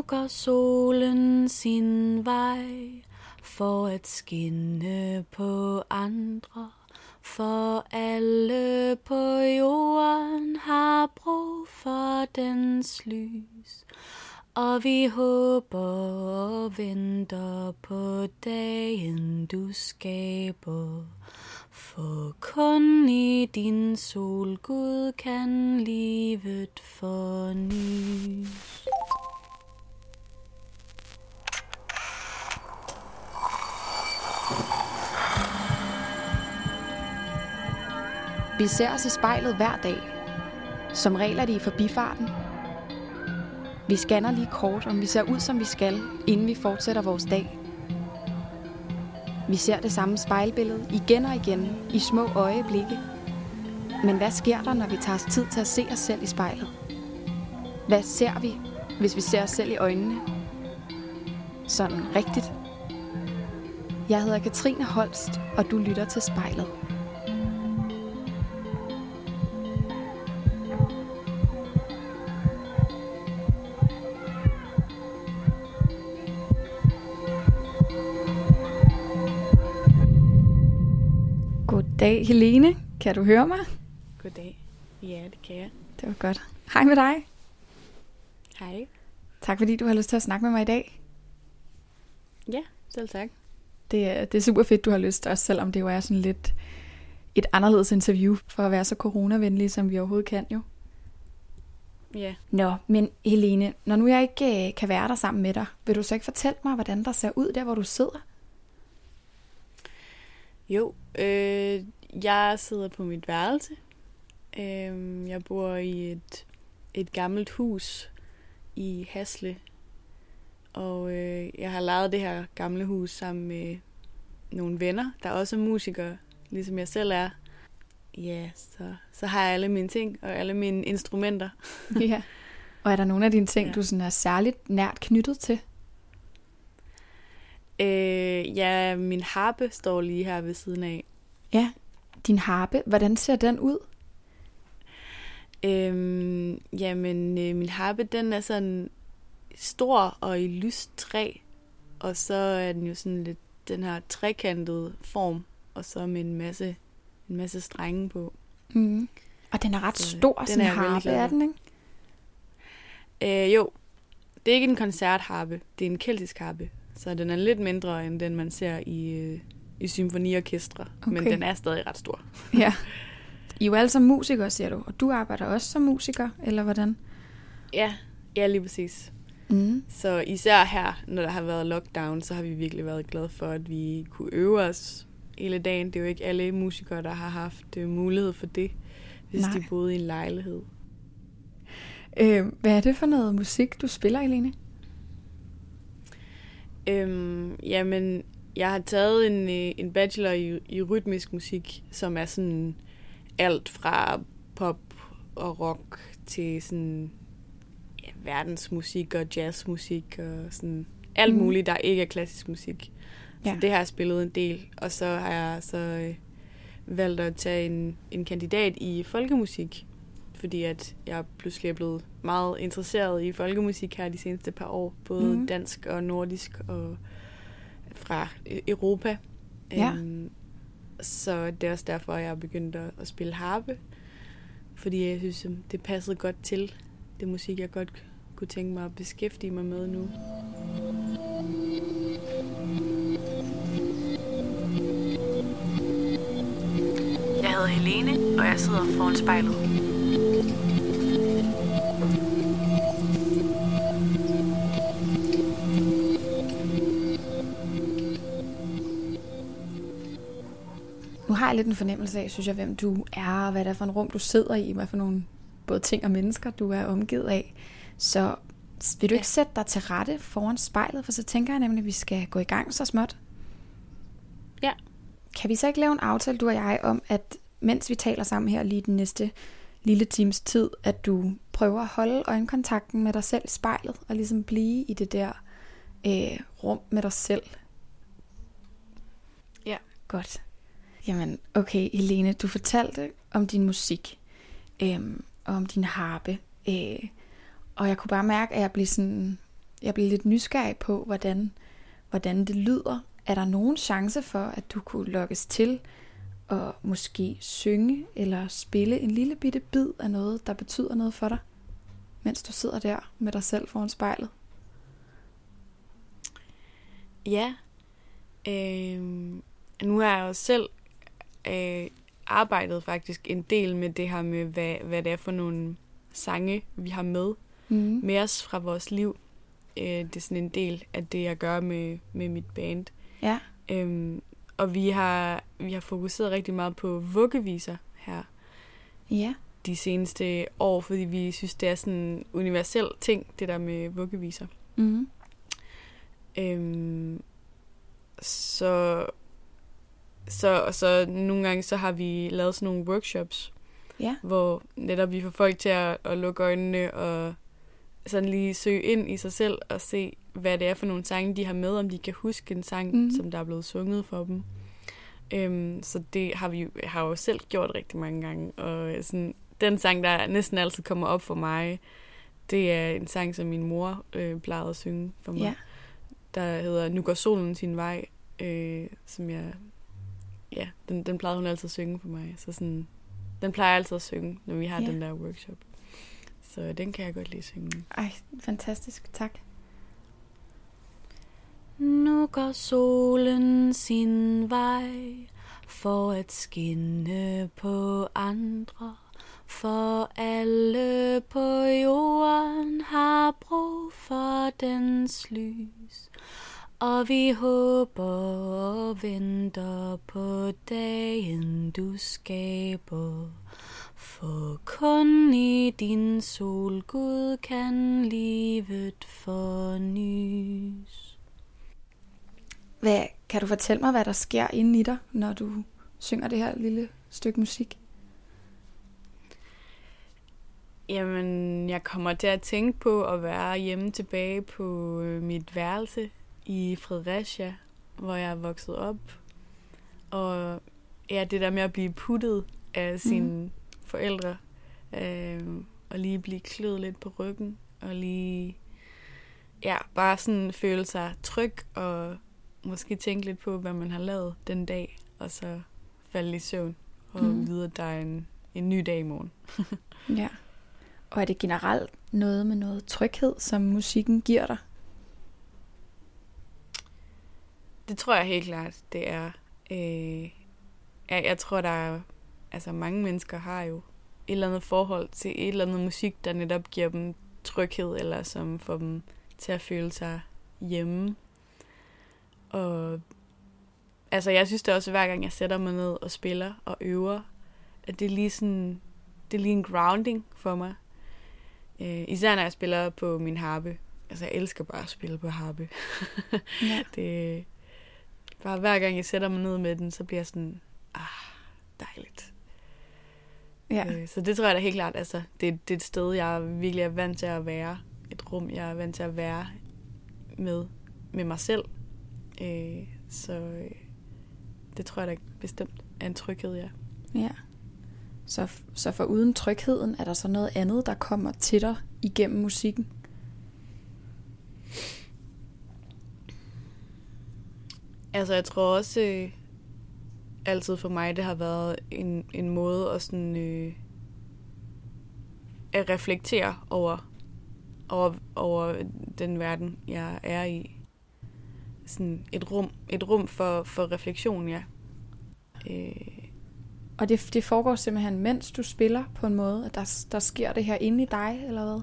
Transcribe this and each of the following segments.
går solen sin vej for at skinne på andre, for alle på jorden har brug for dens lys. Og vi håber og venter på dagen du skaber, for kun i din sol, Gud, kan livet fornys. Vi ser os i spejlet hver dag. Som regel er det i forbifarten. Vi scanner lige kort, om vi ser ud, som vi skal, inden vi fortsætter vores dag. Vi ser det samme spejlbillede igen og igen i små øjeblikke. Men hvad sker der, når vi tager os tid til at se os selv i spejlet? Hvad ser vi, hvis vi ser os selv i øjnene? Sådan rigtigt. Jeg hedder Katrine Holst, og du lytter til Spejlet. Goddag, Helene. Kan du høre mig? Goddag. Ja, det kan jeg. Det var godt. Hej med dig. Hej. Tak fordi du har lyst til at snakke med mig i dag. Ja, selv tak. Det er super fedt, du har lyst, også selvom det jo er sådan lidt et anderledes interview, for at være så coronavenlige, som vi overhovedet kan jo. Ja. Nå, men Helene, når nu jeg ikke kan være der sammen med dig, vil du så ikke fortælle mig, hvordan der ser ud der, hvor du sidder? Jo, jeg sidder på mit værelse. Jeg bor i et gammelt hus i Hasle. Og jeg har lejet det her gamle hus sammen med nogle venner, der også er musikere, ligesom jeg selv er. Ja, så har jeg alle mine ting og alle mine instrumenter. Ja. Og er der nogle af dine ting, du sådan er særligt nært knyttet til? Ja, min harpe står lige her ved siden af. Ja, din harpe. Hvordan ser den ud? Jamen, min harpe, den er sådan stor og i lyst træ. Og så er den jo sådan lidt den her trekantede form. Og så med en masse strenge på. Mm. Og den er ret stor, sådan en harpe, er den, ikke? Jo, det er ikke en koncertharpe. Det er en keltisk harpe. Så den er lidt mindre, end den man ser i symfoniorkestre. Okay. Men den er stadig ret stor. Ja. I er jo alle sammen musikere, siger du. Og du arbejder også som musiker, eller hvordan? Ja, lige præcis. Mm. Så især her, når der har været lockdown, så har vi virkelig været glade for, at vi kunne øve os hele dagen. Det er jo ikke alle musikere, der har haft mulighed for det, hvis de boede i en lejlighed. Hvad er det for noget musik, du spiller, Helene? Jamen, jeg har taget en bachelor i rytmisk musik, som er sådan alt fra pop og rock til sådan verdensmusik og jazzmusik og sådan alt muligt, der ikke er klassisk musik. Ja. Så det har jeg spillet en del, og så har jeg valgt at tage en kandidat i folkemusik, fordi at jeg pludselig er blevet meget interesseret i folkemusik her de seneste par år, både dansk og nordisk og fra Europa. Ja. Så det er også derfor, jeg er begyndt at spille harpe, fordi jeg synes, det passede godt til det musik, jeg godt kunne tænke mig at beskæftige mig med nu. Jeg hedder Helene, og jeg sidder foran spejlet. Nu har jeg lidt en fornemmelse af, synes jeg, hvem du er, og hvad det er for en rum, du sidder i, hvad for nogle både ting og mennesker, du er omgivet af. Så vil du ikke sætte dig til rette foran spejlet, for så tænker jeg nemlig, at vi skal gå i gang så småt. Ja. Kan vi så ikke lave en aftale, du og jeg, om at mens vi taler sammen her lige den næste lille times tid, at du prøver at holde øjenkontakten med dig selv i spejlet, og ligesom blive i det der rum med dig selv? Ja. Godt. Jamen, okay, Helene, du fortalte om din musik, og om din harpe, og jeg kunne bare mærke, at jeg blev sådan jeg blev lidt nysgerrig på, hvordan det lyder. Er der nogen chance for, at du kunne lokkes til at måske synge eller spille en lille bitte bid af noget, der betyder noget for dig, mens du sidder der med dig selv foran spejlet? Ja. Nu har jeg jo selv arbejdet faktisk en del med det her med, hvad det er for nogle sange, vi har med os fra vores liv. Det er sådan en del af det, jeg gør med mit band. Ja. Og vi har fokuseret rigtig meget på vuggeviser her. Ja. De seneste år, fordi vi synes, det er sådan en universel ting, det der med vuggeviser. Mm. Så nogle gange så har vi lavet sådan nogle workshops, hvor netop vi får folk til at lukke øjnene og sådan lige søge ind i sig selv og se, hvad det er for nogle sange, de har med, om de kan huske en sang, som der er blevet sunget for dem. Så det har jo selv gjort rigtig mange gange. Og sådan, den sang, der næsten altid kommer op for mig, det er en sang, som min mor plejede at synge for mig. Ja. Der hedder Nu går solen sin vej, som jeg... Ja, den plejede hun altid at synge for mig. Så sådan, den plejer jeg altid at synge, når vi har den der workshop. Så den kan jeg godt lide at synge. Ej, fantastisk. Tak. Nu går solen sin vej for at skinne på andre, for alle på jorden har brug for dens lys. Og vi håber og venter på dagen, du skaber. For kun i din sol, Gud, kan livet fornys. Kan du fortælle mig, hvad der sker inde i dig, når du synger det her lille stykke musik? Jamen, jeg kommer til at tænke på at være hjemme tilbage på mit værelse i Fredericia, hvor jeg er vokset op. Og ja, det der med at blive puttet af sine forældre, og lige blive kløet lidt på ryggen, og lige bare sådan føle sig tryg, og måske tænke lidt på, hvad man har lavet den dag, og så falde i søvn, og vide, at der er en ny dag i morgen. Ja. Og er det generelt noget med noget tryghed, som musikken giver dig? Det tror jeg helt klart, det er. Jeg tror, der er... Altså, mange mennesker har jo et eller andet forhold til et eller andet musik, der netop giver dem tryghed, eller som får dem til at føle sig hjemme. Og altså, jeg synes det også, hver gang jeg sætter mig ned og spiller og øver, at det er lige sådan, det er lige en grounding for mig. Især når jeg spiller på min harpe. Altså, jeg elsker bare at spille på harpe. Ja. Det bare hver gang jeg sætter mig ned med den, så bliver jeg sådan, dejligt. Ja. Så det tror jeg da helt klart, altså, det er et sted, jeg virkelig er vant til at være. Et rum, jeg er vant til at være med mig selv. Så det tror jeg da bestemt er en tryghed, ja. Ja. Så for uden trygheden, er der så noget andet, der kommer til dig igennem musikken? Altså, jeg tror også altid for mig, det har været en måde at sådan at reflektere over den verden, jeg er i. Sådan et rum for refleksion, ja. Og det foregår simpelthen, mens du spiller på en måde, at der sker det her inde i dig, eller hvad?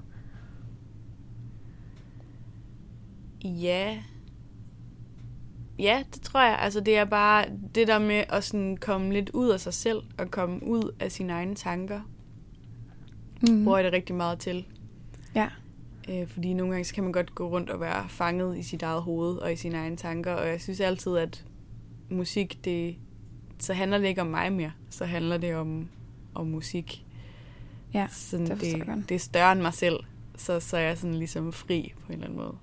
Ja, det tror jeg. Altså, det er bare det der med at sådan komme lidt ud af sig selv, og komme ud af sine egne tanker. Bruger jeg det rigtig meget til. Ja. Fordi nogle gange så kan man godt gå rundt og være fanget i sit eget hoved og i sine egne tanker, og jeg synes altid, at musik, så handler det ikke om mig mere, så handler det om musik. Ja, sådan, det er større end mig selv, så er jeg sådan ligesom fri på en eller anden måde.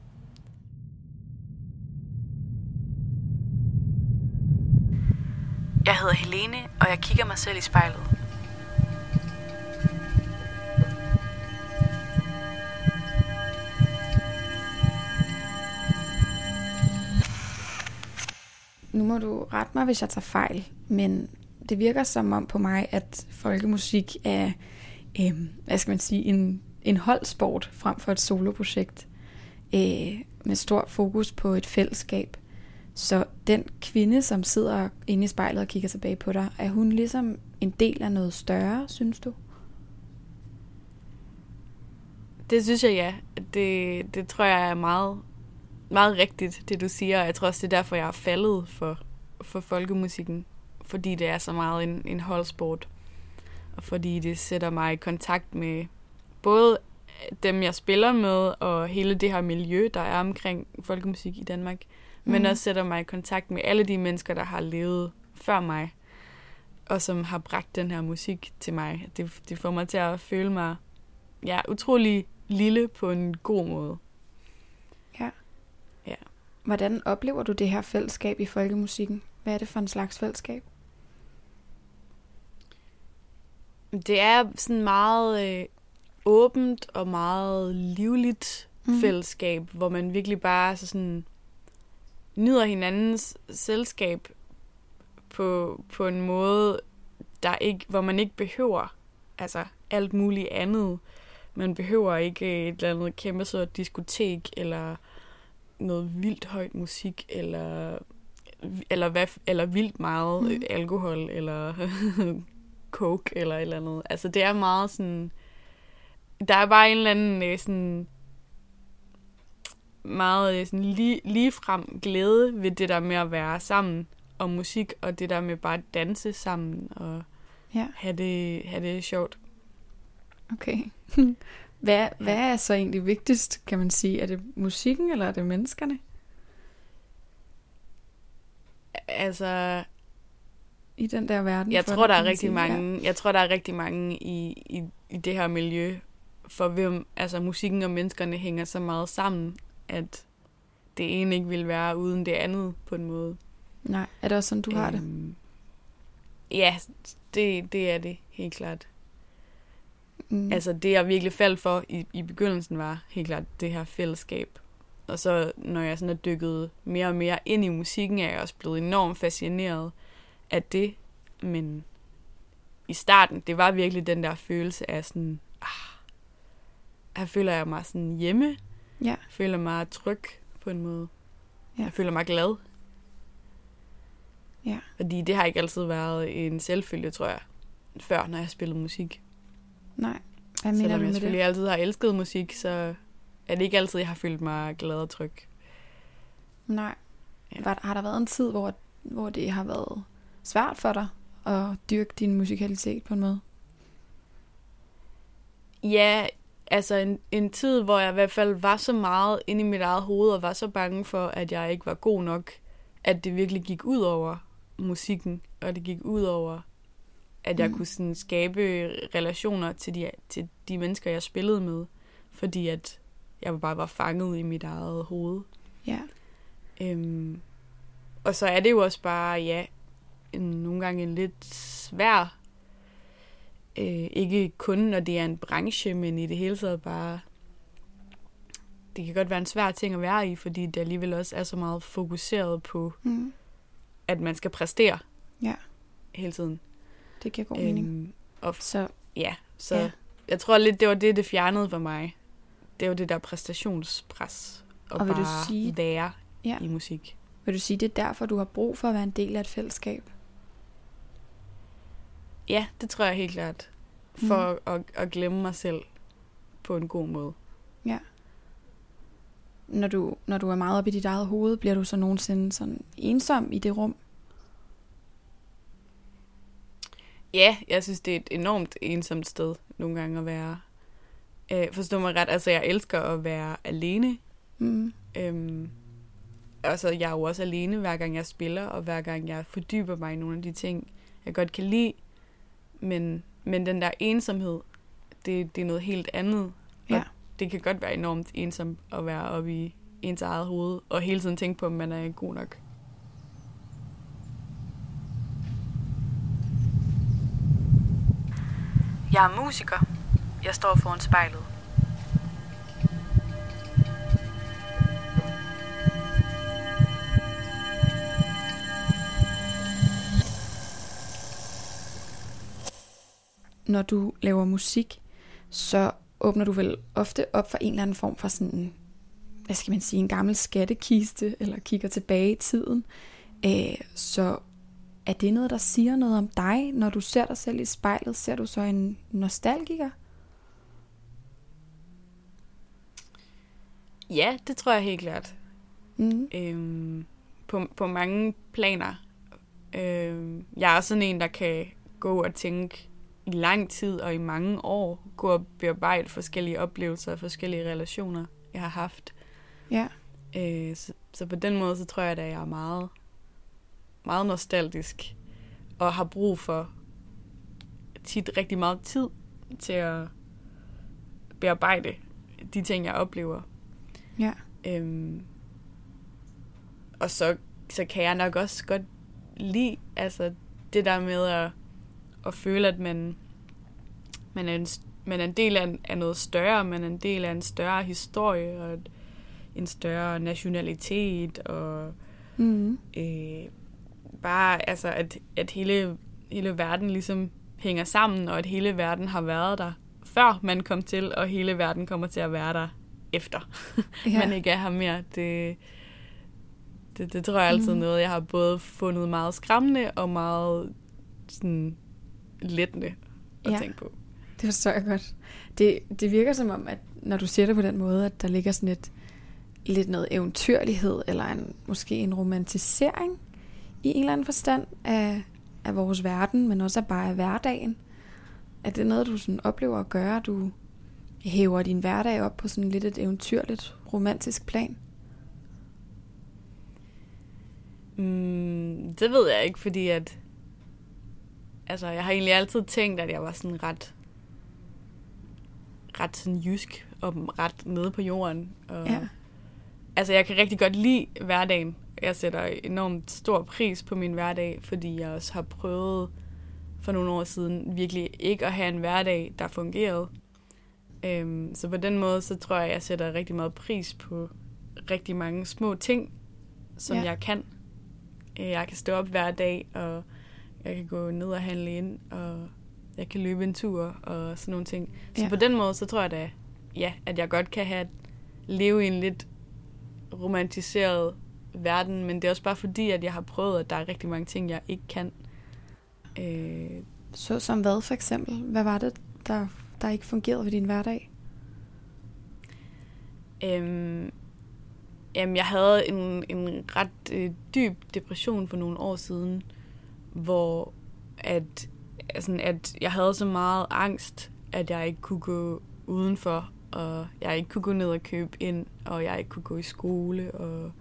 Jeg hedder Helene, og jeg kigger mig selv i spejlet. nu må du rette mig, hvis jeg tager fejl, men det virker som om på mig, at folkemusik er, hvad skal man sige, en holdsport frem for et soloprojekt, med stor fokus på et fællesskab. Så den kvinde, som sidder inde i spejlet og kigger tilbage på dig, er hun ligesom en del af noget større, synes du? Det synes jeg, ja. Det tror jeg er meget, meget rigtigt, det du siger. Jeg tror også, det er derfor, jeg er faldet for folkemusikken. Fordi det er så meget en holdsport. Og fordi det sætter mig i kontakt med både dem, jeg spiller med, og hele det her miljø, der er omkring folkemusik i Danmark. Men også sætter mig i kontakt med alle de mennesker, der har levet før mig, og som har bragt den her musik til mig. Det får mig til at føle mig utrolig lille på en god måde. Ja. Ja. Hvordan oplever du det her fællesskab i folkemusikken? Hvad er det for en slags fællesskab? Det er sådan meget åbent og meget livligt fællesskab, hvor man virkelig bare sådan nyder hinandens selskab på en måde, hvor man ikke behøver alt muligt andet. Man behøver ikke et eller andet kæmpe stort diskotek, eller noget vildt højt musik, eller vildt meget alkohol, eller coke, eller et eller andet. Altså, det er meget sådan... Der er bare en eller anden sådan... meget sådan ligefrem glæde ved det der med at være sammen om musik, og det der med bare at danse sammen, og have det sjovt. Okay. Hvad er så egentlig vigtigst, kan man sige? Er det musikken, eller er det menneskerne? Altså... I den der verden? Jeg tror, der er rigtig mange i det her miljø, for hvem musikken og menneskerne hænger så meget sammen, at det ene ikke vil være uden det andet på en måde. Nej, er det også sådan, du har det? Ja, det er det helt klart. Altså det, jeg virkelig faldt for i begyndelsen, var helt klart det her fællesskab. Og så, når jeg sådan er dykket mere og mere ind i musikken, er jeg også blevet enormt fascineret af det. Men i starten, det var virkelig den der følelse af sådan, her føler jeg mig sådan hjemme. Ja. Jeg føler mig tryg på en måde. Ja. Jeg føler mig glad. Ja. Fordi det har ikke altid været en selvfølge, tror jeg, før, når jeg spillede musik. Nej. Hvad mener du med det? Selvom jeg selvfølgelig altid har elsket musik, så er det ikke altid, jeg har følt mig glad og tryg. Nej. Ja. Har der været en tid, hvor det har været svært for dig at dyrke din musikalitet på en måde? Ja, altså en tid, hvor jeg i hvert fald var så meget inde i mit eget hoved, og var så bange for, at jeg ikke var god nok, at det virkelig gik ud over musikken, og det gik ud over, at jeg kunne sådan skabe relationer til de mennesker, jeg spillede med, fordi at jeg bare var fanget i mit eget hoved. Ja. Og så er det jo også bare, nogle gange en lidt svær, ikke kun når det er en branche, men i det hele taget bare, det kan godt være en svær ting at være i, fordi det alligevel også er så meget fokuseret på, at man skal præstere hele tiden. Det giver god mening. Så jeg tror lidt, det var det fjernede for mig. Det var det der præstationspres, og vil bare du sige, være i musik. Vil du sige, det er derfor, du har brug for at være en del af et fællesskab? Ja, det tror jeg helt klart. For at glemme mig selv på en god måde. Ja. Når du er meget oppe i dit eget hoved, bliver du så nogensinde sådan ensom i det rum? Ja, jeg synes, det er et enormt ensomt sted nogle gange at være. Forstå mig ret, altså jeg elsker at være alene. Altså jeg er jo også alene, hver gang jeg spiller, og hver gang jeg fordyber mig i nogle af de ting, jeg godt kan lide. Men den der ensomhed, det er noget helt andet. Ja. Og det kan godt være enormt ensomt at være oppe i ens eget hoved, og hele tiden tænke på, om man er god nok. Jeg er musiker. Jeg står foran spejlet. når du laver musik, så åbner du vel ofte op for en eller anden form for sådan, hvad skal man sige, en gammel skattekiste, eller kigger tilbage i tiden. Så er det noget, der siger noget om dig, når du ser dig selv i spejlet? Ser du så en nostalgiker? Ja, det tror jeg helt klart. På mange planer. Jeg er sådan en, der kan gå og tænke i lang tid og i mange år, gå og bearbejde forskellige oplevelser og forskellige relationer, jeg har haft. Ja. Så på den måde, så tror jeg, at jeg er meget, meget nostalgisk og har brug for tit rigtig meget tid til at bearbejde de ting, jeg oplever. Ja. Og så kan jeg nok også godt lide altså det der med at føle, at man er en del af noget større, man er en del af en større historie og en større nationalitet og bare altså at hele verden ligesom hænger sammen, og at hele verden har været der før man kom til, og hele verden kommer til at være der efter man ikke er her mere. Det tror jeg altid noget, jeg har både fundet meget skræmmende og meget sådan lettende at tænke på. Det forstår jeg godt. Det virker som om, at når du siger det på den måde, at der ligger sådan lidt noget eventyrlighed, eller måske en romantisering i en eller anden forstand af vores verden, men også bare af hverdagen. Er det noget, du sådan oplever at gøre? Du hæver din hverdag op på sådan lidt et eventyrligt, romantisk plan? Det ved jeg ikke, fordi at jeg har egentlig altid tænkt, at jeg var sådan ret sådan jysk og ret nede på jorden. Og, altså, jeg kan rigtig godt lide hverdagen. Jeg sætter enormt stor pris på min hverdag, fordi jeg også har prøvet for nogle år siden virkelig ikke at have en hverdag, der fungerede. Så på den måde, så tror jeg sætter rigtig meget pris på rigtig mange små ting, som jeg kan. Jeg kan stå op hver dag, og jeg kan gå ned og handle ind, og jeg kan løbe en tur, og sådan nogle ting. Så på den måde, så tror jeg da, at jeg godt kan leve i en lidt romantiseret verden, men det er også bare fordi, at jeg har prøvet, at der er rigtig mange ting, jeg ikke kan. Så som hvad for eksempel? Hvad var det, der ikke fungerede ved din hverdag? Jamen, jeg havde en ret dyb depression for nogle år siden, hvor at jeg havde så meget angst, at jeg ikke kunne gå udenfor, og jeg ikke kunne gå ned og købe ind, og jeg ikke kunne gå i skole, og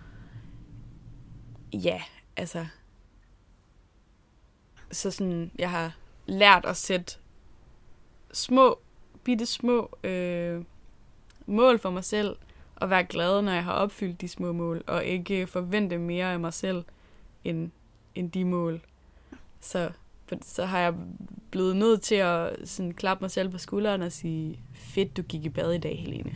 så sådan, jeg har lært at sætte bitte små mål for mig selv, og være glad, når jeg har opfyldt de små mål, og ikke forvente mere af mig selv, end de mål. Så har jeg blevet nødt til at sådan klappe mig selv på skulderen og sige, fedt, du gik i bad i dag, Helene.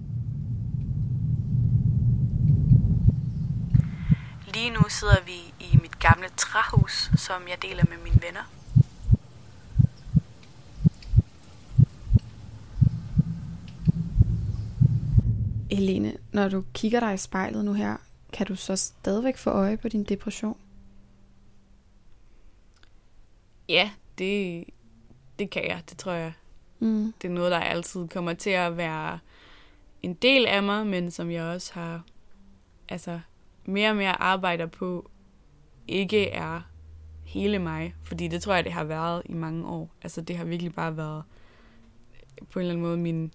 Lige nu sidder vi i mit gamle træhus, som jeg deler med mine venner. Helene, når du kigger dig i spejlet nu her, kan du så stadigvæk få øje på din depression? Ja, det kan jeg, det tror jeg. Det er noget, der altid kommer til at være en del af mig, men som jeg også har mere og mere arbejder på, ikke er hele mig. Fordi det tror jeg, det har været i mange år. Altså, det har virkelig bare været på en eller anden måde min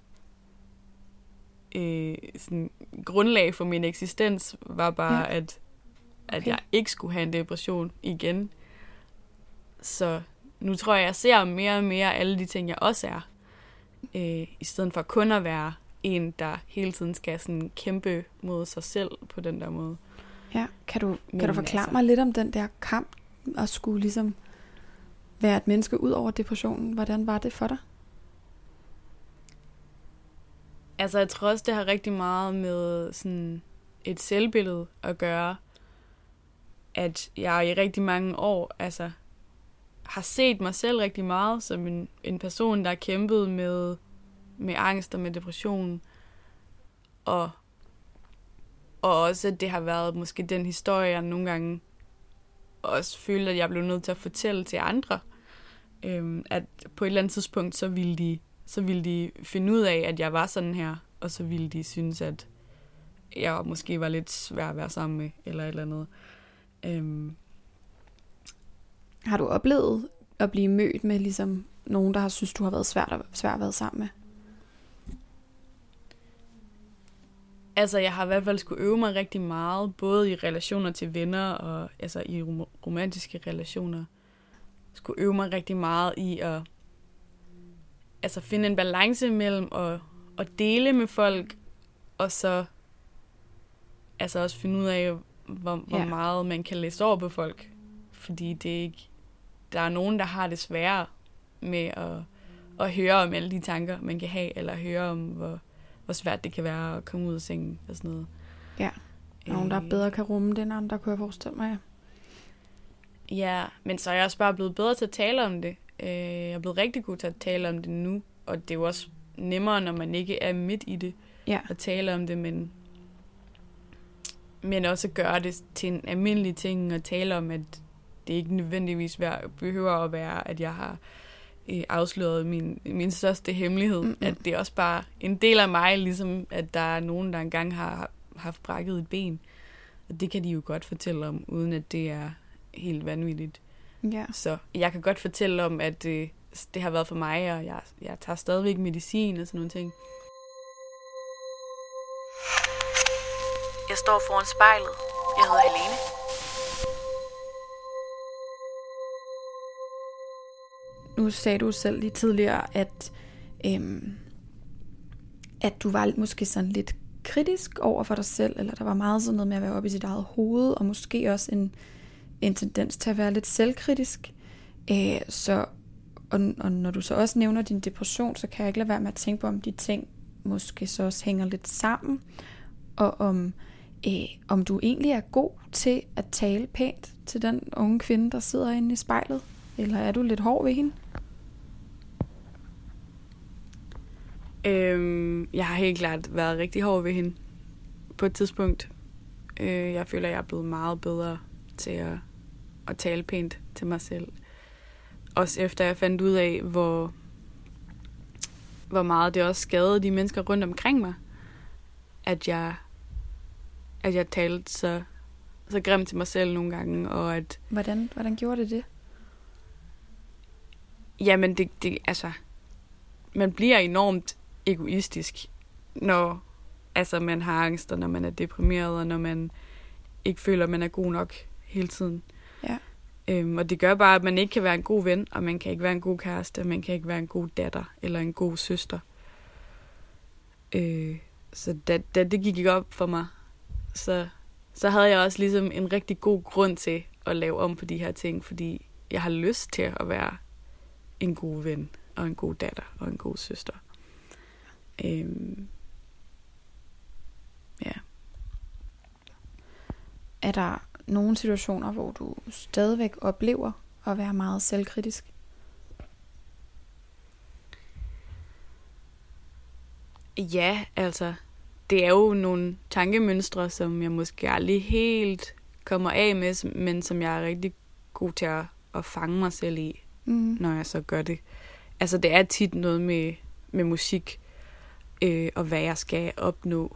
sådan, grundlag for min eksistens var bare, at jeg ikke skulle have en depression igen. Så nu tror jeg ser mere og mere alle de ting, jeg også er. I stedet for kun at være en, der hele tiden skal sådan kæmpe mod sig selv på den der måde. Ja, kan du forklare mig lidt om den der kamp, at skulle ligesom være et menneske ud over depressionen? Hvordan var det for dig? Altså, jeg tror også, det har rigtig meget med sådan et selvbillede at gøre, at jeg i rigtig mange år har set mig selv rigtig meget som en person, der har kæmpet med angst og med depression. Og også, at det har været måske den historie, jeg nogle gange også følte, at jeg blev nødt til at fortælle til andre. At på et eller andet tidspunkt, så ville de finde ud af, at jeg var sådan her, og så ville de synes, at jeg måske var lidt svær at være sammen med, eller et eller andet. Har du oplevet at blive mødt med ligesom nogen, der har synes, du har været svært at være sammen med? Altså, jeg har i hvert fald skulle øve mig rigtig meget, både i relationer til venner og altså i romantiske relationer. Skulle øve mig rigtig meget i at finde en balance mellem at dele med folk, og så altså også finde ud af, hvor meget man kan læse over på folk. Fordi det er ikke... Der er nogen, der har det sværere med at høre om alle de tanker, man kan have, eller høre om, hvor svært det kan være at komme ud af sengen og sådan noget. Ja, nogen, der bedre kan rumme det, end andre, kunne jeg forestille mig. Ja, men så er jeg også bare blevet bedre til at tale om det. Jeg er blevet rigtig god til at tale om det nu, og det er jo også nemmere, når man ikke er midt i det, at tale om det, men også gøre det til en almindelig ting, og tale om, at det ikke nødvendigvis behøver at være, at jeg har afsløret min største hemmelighed. At det er også bare en del af mig, ligesom at der er nogen, der engang har haft brækket et ben. Og det kan de jo godt fortælle om, uden at det er helt vanvittigt. Ja. Så jeg kan godt fortælle om, at det har været for mig, og jeg tager stadigvæk medicin og sådan nogle ting. Jeg står foran spejlet. Jeg hedder Helene. Nu sagde du selv lige tidligere, at du var måske sådan lidt kritisk over for dig selv, eller der var meget sådan noget med at være oppe i sit eget hoved, og måske også en tendens til at være lidt selvkritisk. Og når du så også nævner din depression, så kan jeg ikke lade være med at tænke på, om de ting måske så også hænger lidt sammen, og om du egentlig er god til at tale pænt til den unge kvinde, der sidder inde i spejlet, eller er du lidt hård ved hende? Jeg har helt klart været rigtig hård ved hende på et tidspunkt. Jeg føler, jeg er blevet meget bedre til at tale pænt til mig selv. Også efter jeg fandt ud af, hvor meget det også skadede de mennesker rundt omkring mig, at jeg talte så grimt til mig selv nogle gange, og at... Hvordan gjorde det? Jamen, det altså... Man bliver enormt egoistisk, når man har angst, og når man er deprimeret, og når man ikke føler, at man er god nok hele tiden. Ja. Og det gør bare, at man ikke kan være en god ven, og man kan ikke være en god kæreste, og man kan ikke være en god datter, eller en god søster. Så da det gik op for mig, så havde jeg også ligesom en rigtig god grund til at lave om på de her ting, fordi jeg har lyst til at være en god ven, og en god datter, og en god søster. Ja. Er der nogle situationer, hvor du stadigvæk oplever at være meget selvkritisk? Ja, altså, det er jo nogle tankemønstre, som jeg måske aldrig helt kommer af med, men som jeg er rigtig god til at fange mig selv i, når jeg så gør det. Altså, det er tit noget med musik, og hvad jeg skal opnå.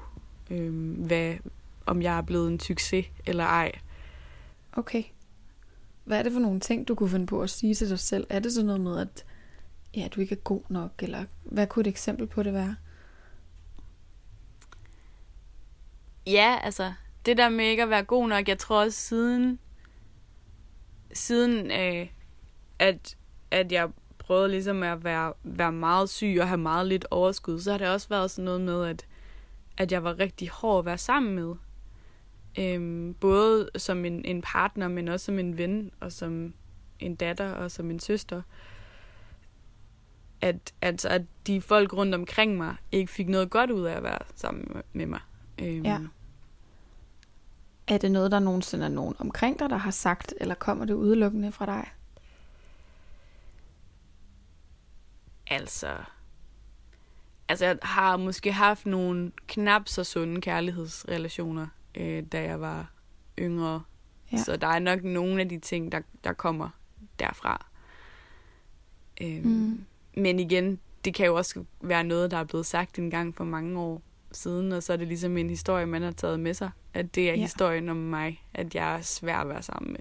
Om jeg er blevet en succes eller ej. Okay. Hvad er det for nogle ting, du kunne finde på at sige til dig selv? Er det sådan noget med, at du ikke er god nok? Eller hvad kunne et eksempel på det være? Ja, altså, det der med ikke at være god nok, jeg tror også siden at jeg prøvede ligesom at være meget syg og have meget lidt overskud, så har det også været sådan noget med, at jeg var rigtig hård at være sammen med. Både som en partner, men også som en ven, og som en datter, og som en søster. At de folk rundt omkring mig ikke fik noget godt ud af at være sammen med mig. Ja. Er det noget, der nogensinde er nogen omkring dig, der har sagt, eller kommer det udelukkende fra dig? Altså, jeg har måske haft nogle knap så sunde kærlighedsrelationer, da jeg var yngre. Ja. Så der er nok nogle af de ting, der kommer derfra. Men igen, det kan jo også være noget, der er blevet sagt en gang for mange år siden, og så er det ligesom en historie, man har taget med sig. At det er historien om mig, at jeg er svær at være sammen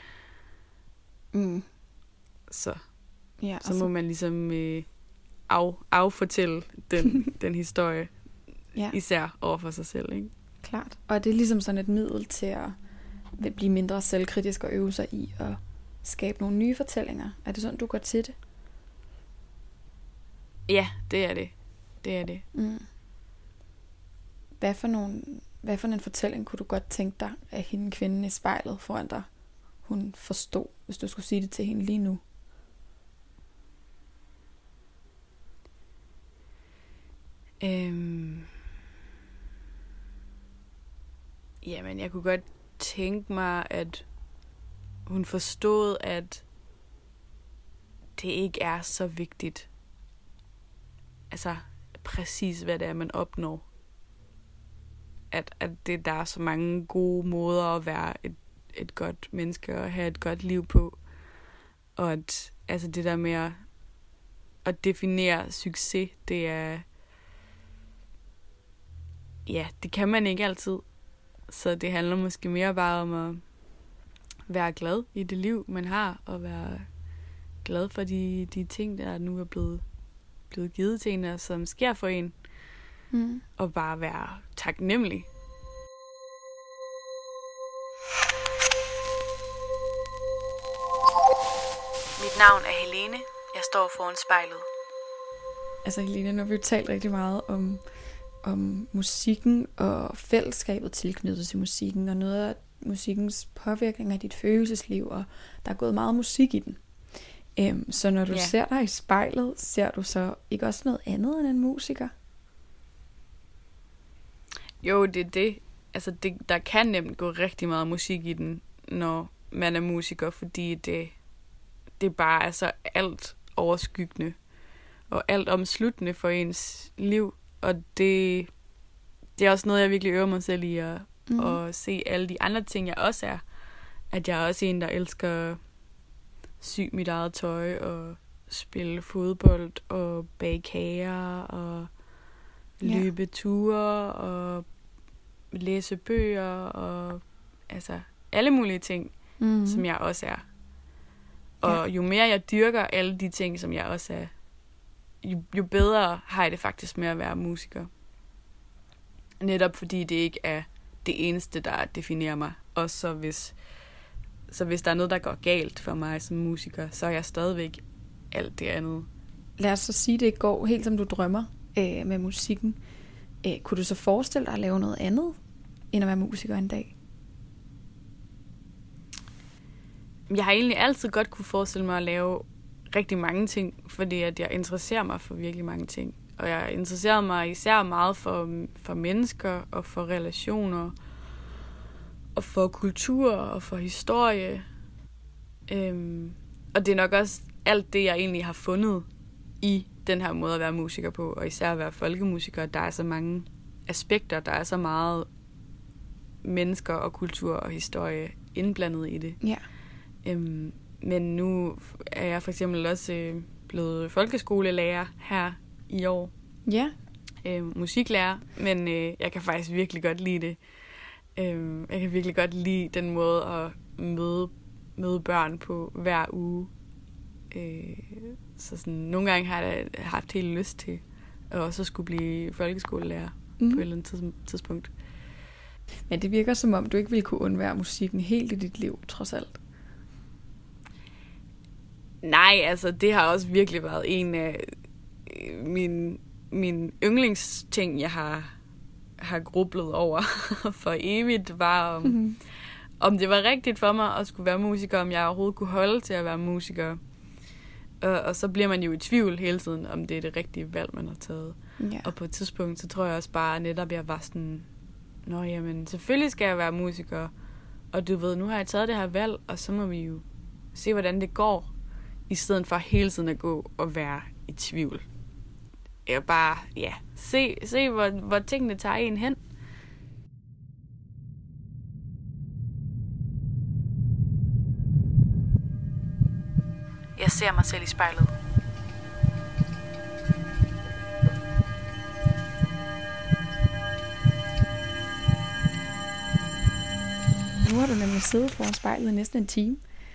med. Så må man ligesom affortælle den historie, især over for sig selv, ikke? Klart. Og det er ligesom sådan et middel til at blive mindre selvkritisk og øve sig i at skabe nogle nye fortællinger. Er det sådan, du går til det? Ja, det er det. Det er det. Hvad for en fortælling kunne du godt tænke dig, at hende kvinden i spejlet foran dig, hun forstod, hvis du skulle sige det til hende lige nu? Jamen, jeg kunne godt tænke mig, at hun forstod, at det ikke er så vigtigt. Altså, præcis hvad det er, man opnår. At der er så mange gode måder at være et godt menneske og have et godt liv på. Og at altså det der med at definere succes, det er... Ja, det kan man ikke altid. Så det handler måske mere bare om at være glad i det liv, man har, og være glad for de ting, der nu er blevet givet til en, og som sker for en. Og bare være taknemmelig. Mit navn er Helene. Jeg står foran spejlet. Altså Helene, nu har vi jo talt rigtig meget om musikken og fællesskabet tilknyttet til musikken, og noget af musikkens påvirkning af dit følelsesliv, og der er gået meget musik i den. Så når du ser dig i spejlet, ser du så ikke også noget andet end en musiker? Jo, det er det. Altså, der kan nemt gå rigtig meget musik i den, når man er musiker, fordi det bare er så alt overskyggende og alt omsluttende for ens liv. Og det er også noget, jeg virkelig øver mig selv i at se alle de andre ting, jeg også er. At jeg er også en, der elsker sy mit eget tøj og spille fodbold og bage kager og løbe ture og læse bøger og altså alle mulige ting, som jeg også er. Og jo mere jeg dyrker alle de ting, som jeg også er, jo bedre har jeg det faktisk med at være musiker. Netop fordi det ikke er det eneste, der definerer mig. Og så hvis der er noget, der går galt for mig som musiker, så er jeg stadigvæk alt det andet. Lad os så sige, det går helt som du drømmer med musikken. Kunne du så forestille dig at lave noget andet, end at være musiker en dag? Jeg har egentlig altid godt kunne forestille mig at lave rigtig mange ting, fordi at jeg interesserer mig for virkelig mange ting. Og jeg interesserer mig især meget for mennesker og for relationer og for kultur og for historie. Og det er nok også alt det, jeg egentlig har fundet i den her måde at være musiker på, og især at være folkemusiker. Der er så mange aspekter, der er så meget mennesker og kultur og historie indblandet i det. Ja. Men nu er jeg for eksempel også blevet folkeskolelærer her i år. Ja. Musiklærer, men jeg kan faktisk virkelig godt lide det. Jeg kan virkelig godt lide den måde at møde børn på hver uge. Så sådan, nogle gange har jeg haft helt lyst til at også skulle blive folkeskolelærer på et eller andet tidspunkt. Men det virker som om, du ikke ville kunne undvære musikken helt i dit liv, trods alt. Nej, altså det har også virkelig været en af min yndlingsting, jeg har grublet over for evigt, var om det var rigtigt for mig at skulle være musiker, om jeg overhovedet kunne holde til at være musiker. Og så bliver man jo i tvivl hele tiden, om det er det rigtige valg, man har taget. Ja. Og på et tidspunkt, så tror jeg også bare netop, jeg var sådan, nå jamen, selvfølgelig skal jeg være musiker. Og du ved, nu har jeg taget det her valg, og så må vi jo se, hvordan det går, i stedet for hele tiden at gå og være i tvivl. Jeg bare, se hvor tingene tager en hen. Jeg ser mig selv i spejlet. Nu har du nemlig siddet foran spejlet i næsten en time.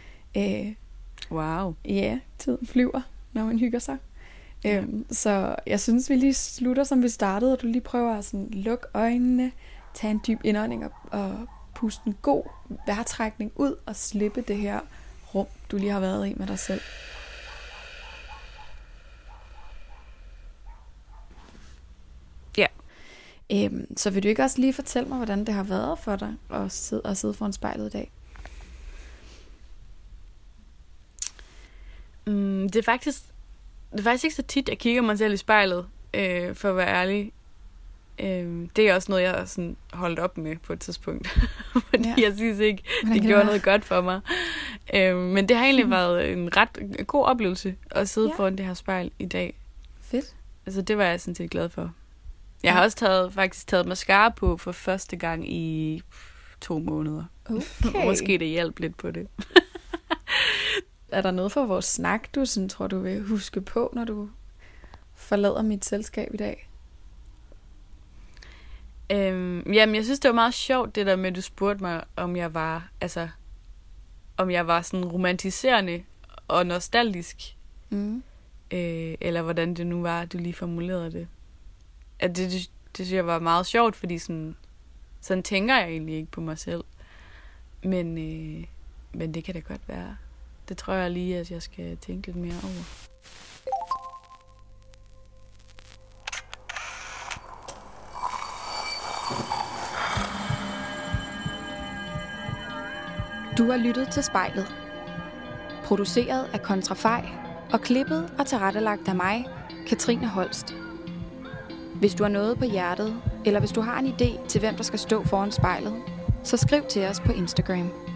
Wow. Ja, tiden flyver, når man hygger sig. Så jeg synes, vi lige slutter, som vi startede, og du lige prøver at sådan lukke øjnene, tage en dyb indånding og puste en god vejrtrækning ud og slippe det her rum, du lige har været i med dig selv. Ja. Så vil du ikke også lige fortælle mig, hvordan det har været for dig at sidde foran spejlet i dag? Det er faktisk ikke så tit, jeg kigger mig selv i spejlet, for at være ærlig. Det er også noget, jeg har sådan holdt op med på et tidspunkt. Fordi jeg synes ikke, det gjorde noget godt for mig. Men det har egentlig været en ret god oplevelse at sidde foran det her spejl i dag. Fedt. Altså det var jeg sådan set glad for. Jeg har også faktisk taget mascara på for første gang i 2 måneder. Okay. Måske det hjalp lidt på det. Er der noget for vores snak, du sådan, tror, du vil huske på, når du forlader mit selskab i dag? Jamen, jeg synes, det var meget sjovt, det der med, at du spurgte mig, om jeg var sådan romantiserende og nostalgisk. Eller hvordan det nu var, du lige formulerede det. At det synes jeg var meget sjovt, fordi sådan tænker jeg egentlig ikke på mig selv. Men det kan da godt være. Det tror jeg lige, at jeg skal tænke lidt mere over. Du har lyttet til Spejlet. Produceret af Kontrafej og klippet og tilrettelagt af mig, Katrine Holst. Hvis du har noget på hjertet, eller hvis du har en idé til, hvem der skal stå foran spejlet, så skriv til os på Instagram.